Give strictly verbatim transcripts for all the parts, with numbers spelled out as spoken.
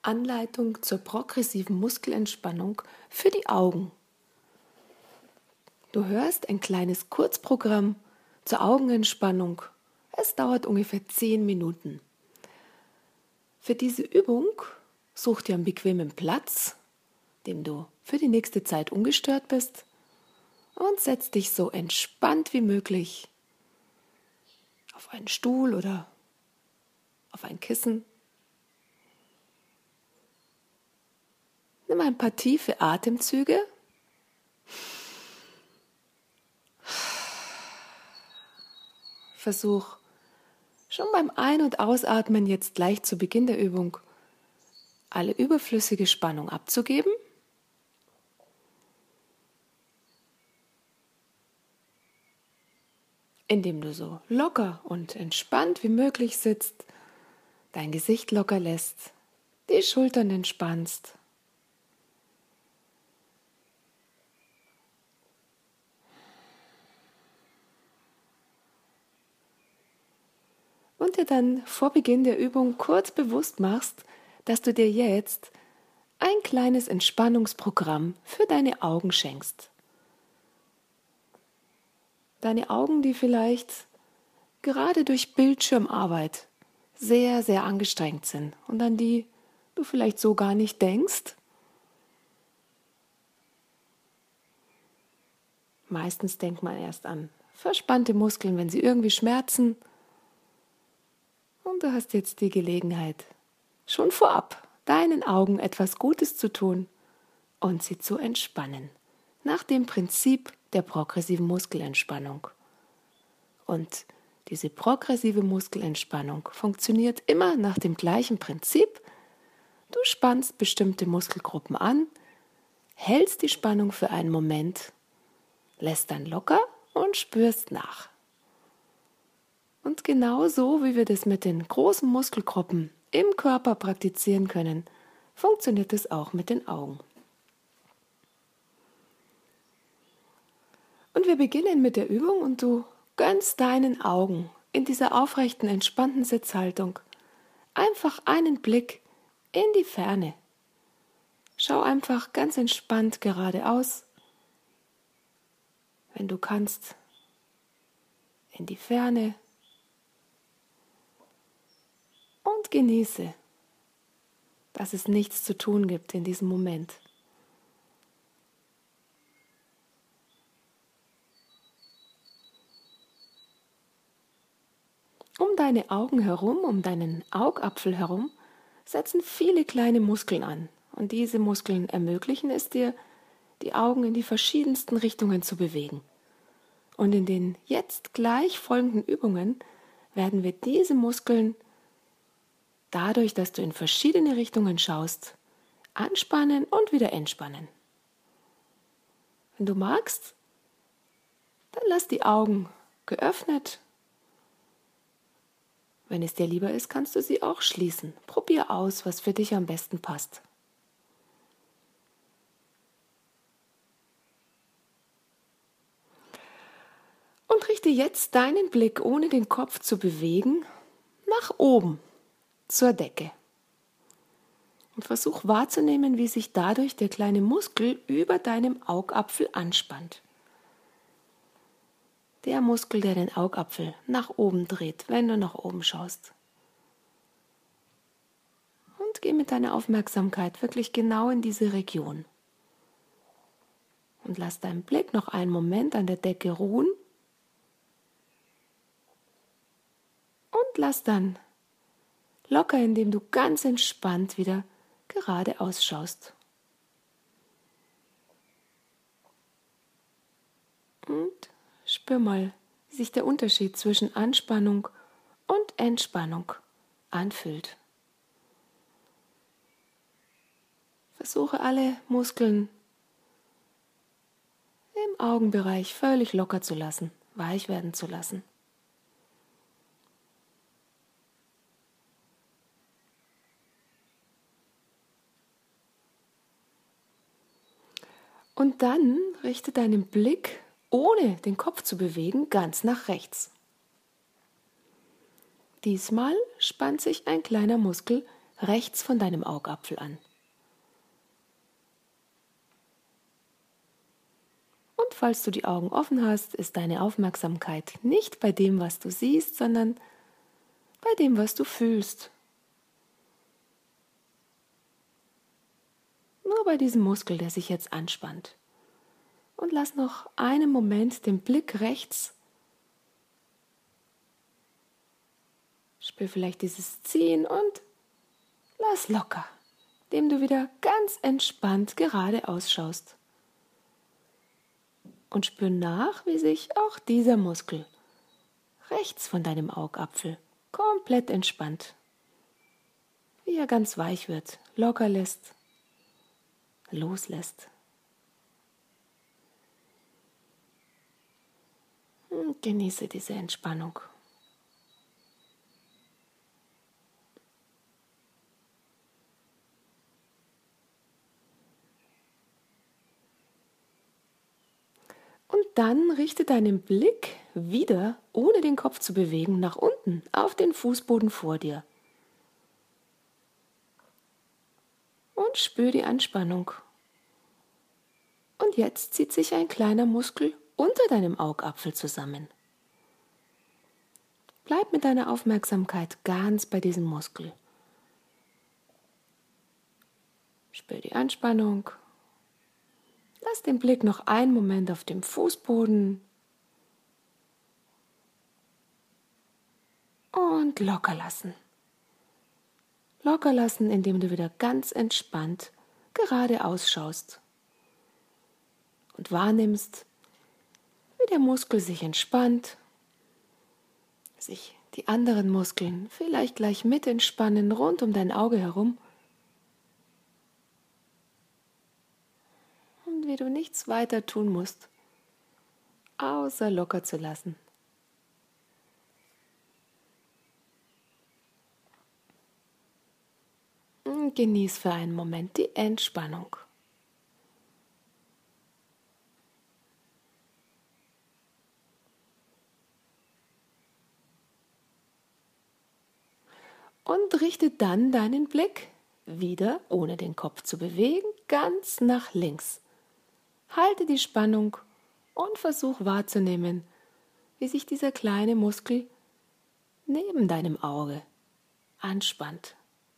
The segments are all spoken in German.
Anleitung zur progressiven Muskelentspannung für die Augen. Du hörst ein kleines Kurzprogramm zur Augenentspannung. Es dauert ungefähr zehn Minuten. Für diese Übung such dir einen bequemen Platz, dem du für die nächste Zeit ungestört bist, und setz dich so entspannt wie möglich auf einen Stuhl oder auf ein Kissen. Nimm ein paar tiefe Atemzüge. Versuch schon beim Ein- und Ausatmen jetzt gleich zu Beginn der Übung alle überflüssige Spannung abzugeben. Indem du so locker und entspannt wie möglich sitzt, dein Gesicht locker lässt, die Schultern entspannst. Und dir dann vor Beginn der Übung kurz bewusst machst, dass du dir jetzt ein kleines Entspannungsprogramm für deine Augen schenkst. Deine Augen, die vielleicht gerade durch Bildschirmarbeit sehr, sehr angestrengt sind und an die du vielleicht so gar nicht denkst. Meistens denkt man erst an verspannte Muskeln, wenn sie irgendwie schmerzen. Und du hast jetzt die Gelegenheit, schon vorab deinen Augen etwas Gutes zu tun und sie zu entspannen, nach dem Prinzip der progressiven Muskelentspannung. Und diese progressive Muskelentspannung funktioniert immer nach dem gleichen Prinzip. Du spannst bestimmte Muskelgruppen an, hältst die Spannung für einen Moment, lässt dann locker und spürst nach. Und genau so, wie wir das mit den großen Muskelgruppen im Körper praktizieren können, funktioniert es auch mit den Augen. Und wir beginnen mit der Übung und du gönnst deinen Augen in dieser aufrechten, entspannten Sitzhaltung einfach einen Blick in die Ferne. Schau einfach ganz entspannt geradeaus. Wenn du kannst, in die Ferne. Und genieße, dass es nichts zu tun gibt in diesem Moment. Um deine Augen herum, um deinen Augapfel herum, setzen viele kleine Muskeln an. Und diese Muskeln ermöglichen es dir, die Augen in die verschiedensten Richtungen zu bewegen. Und in den jetzt gleich folgenden Übungen werden wir diese Muskeln dadurch, dass du in verschiedene Richtungen schaust, anspannen und wieder entspannen. Wenn du magst, dann lass die Augen geöffnet. Wenn es dir lieber ist, kannst du sie auch schließen. Probier aus, was für dich am besten passt. Und richte jetzt deinen Blick, ohne den Kopf zu bewegen, nach oben. Zur Decke. Und versuch wahrzunehmen, wie sich dadurch der kleine Muskel über deinem Augapfel anspannt. Der Muskel, der den Augapfel nach oben dreht, wenn du nach oben schaust. Und geh mit deiner Aufmerksamkeit wirklich genau in diese Region. Und lass deinen Blick noch einen Moment an der Decke ruhen. Und lass dann locker, indem du ganz entspannt wieder geradeaus schaust. Und spür mal, wie sich der Unterschied zwischen Anspannung und Entspannung anfühlt. Versuche alle Muskeln im Augenbereich völlig locker zu lassen, weich werden zu lassen. Und dann richte deinen Blick, ohne den Kopf zu bewegen, ganz nach rechts. Diesmal spannt sich ein kleiner Muskel rechts von deinem Augapfel an. Und falls du die Augen offen hast, ist deine Aufmerksamkeit nicht bei dem, was du siehst, sondern bei dem, was du fühlst. Nur bei diesem Muskel, der sich jetzt anspannt. Und lass noch einen Moment den Blick rechts. Spür vielleicht dieses Ziehen und lass locker, indem du wieder ganz entspannt geradeaus schaust. Und spür nach, wie sich auch dieser Muskel rechts von deinem Augapfel komplett entspannt. Wie er ganz weich wird, locker lässt, loslässt. Und genieße diese Entspannung. Und dann richte deinen Blick wieder, ohne den Kopf zu bewegen, nach unten, auf den Fußboden vor dir. Und spür die Anspannung. Und jetzt zieht sich ein kleiner Muskel unter deinem Augapfel zusammen. Bleib mit deiner Aufmerksamkeit ganz bei diesem Muskel. Spür die Anspannung. Lass den Blick noch einen Moment auf dem Fußboden und locker lassen. Locker lassen, indem du wieder ganz entspannt geradeaus schaust und wahrnimmst, wie der Muskel sich entspannt, sich die anderen Muskeln vielleicht gleich mit entspannen rund um dein Auge herum. Und wie du nichts weiter tun musst, außer locker zu lassen. Und genieß für einen Moment die Entspannung. Und richte dann deinen Blick wieder, ohne den Kopf zu bewegen, ganz nach links. Halte die Spannung und versuch wahrzunehmen, wie sich dieser kleine Muskel neben deinem Auge anspannt.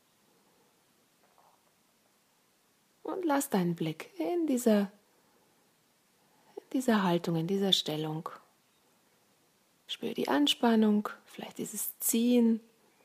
Und lass deinen Blick in dieser, in dieser Haltung, in dieser Stellung. Spür die Anspannung, vielleicht dieses Ziehen.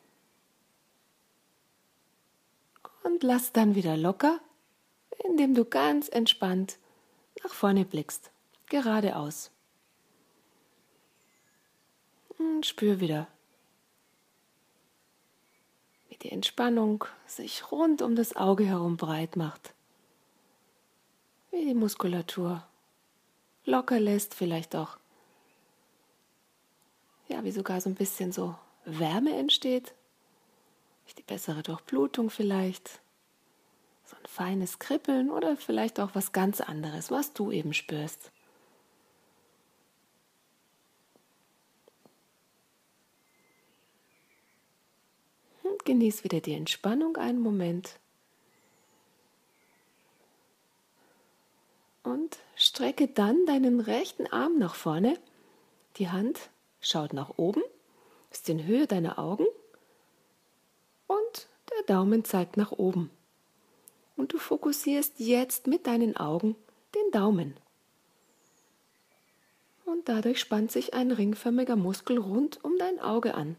Und lass dann wieder locker, indem du ganz entspannt nach vorne blickst, geradeaus. Und spür wieder, wie die Entspannung sich rund um das Auge herum breit macht. Wie die Muskulatur locker lässt, vielleicht auch, ja, wie sogar so ein bisschen so Wärme entsteht. Durch die bessere Durchblutung vielleicht. So ein feines Kribbeln oder vielleicht auch was ganz anderes, was du eben spürst. Und genieß wieder die Entspannung einen Moment. Und strecke dann deinen rechten Arm nach vorne. Die Hand schaut nach oben, ist in Höhe deiner Augen. Und der Daumen zeigt nach oben. Und du fokussierst jetzt mit deinen Augen den Daumen. Und dadurch spannt sich ein ringförmiger Muskel rund um dein Auge an.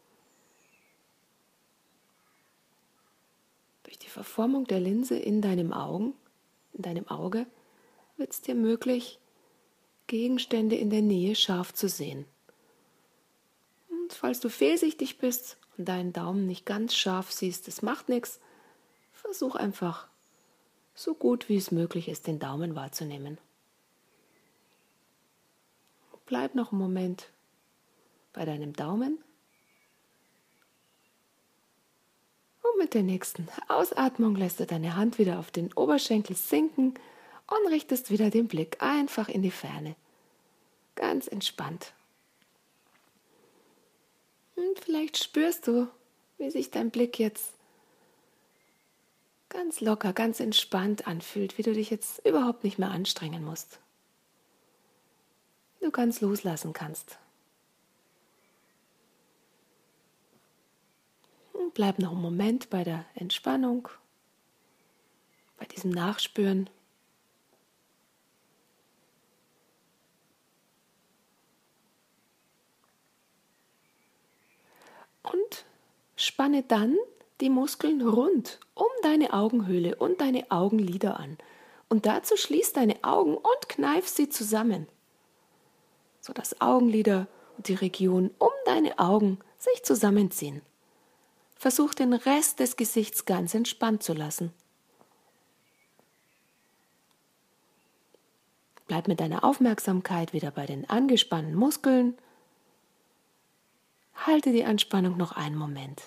Durch die Verformung der Linse in deinem Augen, in deinem Auge, wird es dir möglich, Gegenstände in der Nähe scharf zu sehen. Und falls du fehlsichtig bist und deinen Daumen nicht ganz scharf siehst, das macht nichts. Versuch einfach, so gut wie es möglich ist, den Daumen wahrzunehmen. Bleib noch einen Moment bei deinem Daumen. Und mit der nächsten Ausatmung lässt du deine Hand wieder auf den Oberschenkel sinken und richtest wieder den Blick einfach in die Ferne. Ganz entspannt. Und vielleicht spürst du, wie sich dein Blick jetzt ganz locker, ganz entspannt anfühlt, wie du dich jetzt überhaupt nicht mehr anstrengen musst. Wie du ganz loslassen kannst. Und bleib noch einen Moment bei der Entspannung, bei diesem Nachspüren. Und spanne dann die Muskeln rund um deine Augenhöhle und deine Augenlider an. Und dazu schließ deine Augen und kneif sie zusammen, sodass Augenlider und die Region um deine Augen sich zusammenziehen. Versuch den Rest des Gesichts ganz entspannt zu lassen. Bleib mit deiner Aufmerksamkeit wieder bei den angespannten Muskeln. Halte die Anspannung noch einen Moment.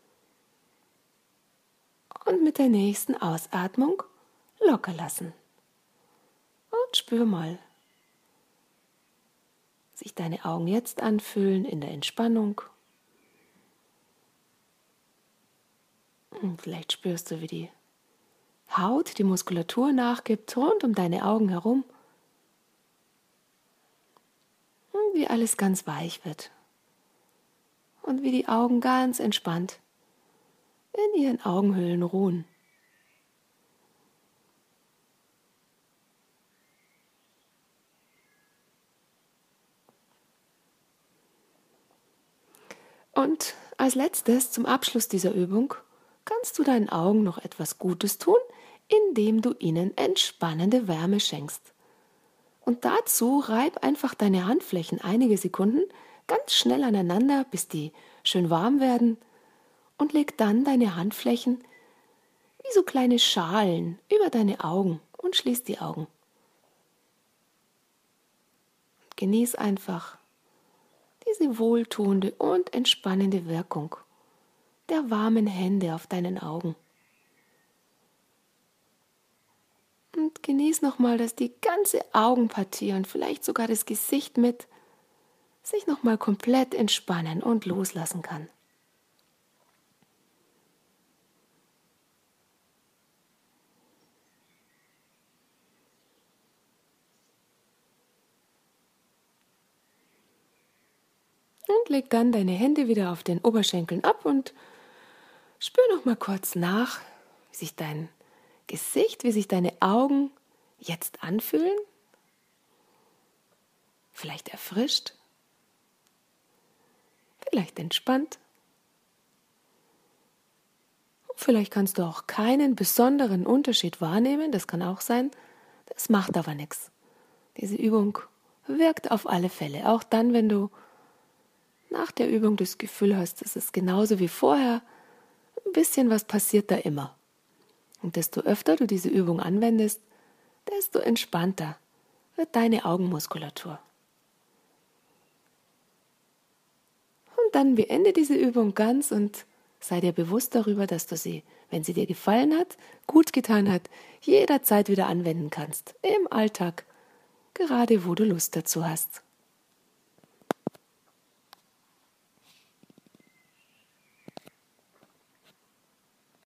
Und mit der nächsten Ausatmung locker lassen. Und spür mal, wie sich deine Augen jetzt anfühlen in der Entspannung. Und vielleicht spürst du, wie die Haut die Muskulatur nachgibt rund um deine Augen herum. Und wie alles ganz weich wird. Und wie die Augen ganz entspannt in ihren Augenhöhlen ruhen. Und als letztes, zum Abschluss dieser Übung, kannst du deinen Augen noch etwas Gutes tun, indem du ihnen entspannende Wärme schenkst. Und dazu reib einfach deine Handflächen einige Sekunden ganz schnell aneinander, bis die schön warm werden, und leg dann deine Handflächen wie so kleine Schalen über deine Augen und schließ die Augen. Und genieß einfach diese wohltuende und entspannende Wirkung der warmen Hände auf deinen Augen. Und genieß nochmal, dass die ganze Augenpartie und vielleicht sogar das Gesicht mit sich nochmal komplett entspannen und loslassen kann. Und leg dann deine Hände wieder auf den Oberschenkeln ab und spür noch mal kurz nach, wie sich dein Gesicht, wie sich deine Augen jetzt anfühlen. Vielleicht erfrischt, vielleicht entspannt. Vielleicht kannst du auch keinen besonderen Unterschied wahrnehmen, das kann auch sein. Das macht aber nichts. Diese Übung wirkt auf alle Fälle, auch dann, wenn du nach der Übung das Gefühl hast, es ist genauso wie vorher, ein bisschen was passiert da immer. Und desto öfter du diese Übung anwendest, desto entspannter wird deine Augenmuskulatur. Und dann beende diese Übung ganz und sei dir bewusst darüber, dass du sie, wenn sie dir gefallen hat, gut getan hat, jederzeit wieder anwenden kannst, im Alltag, gerade wo du Lust dazu hast.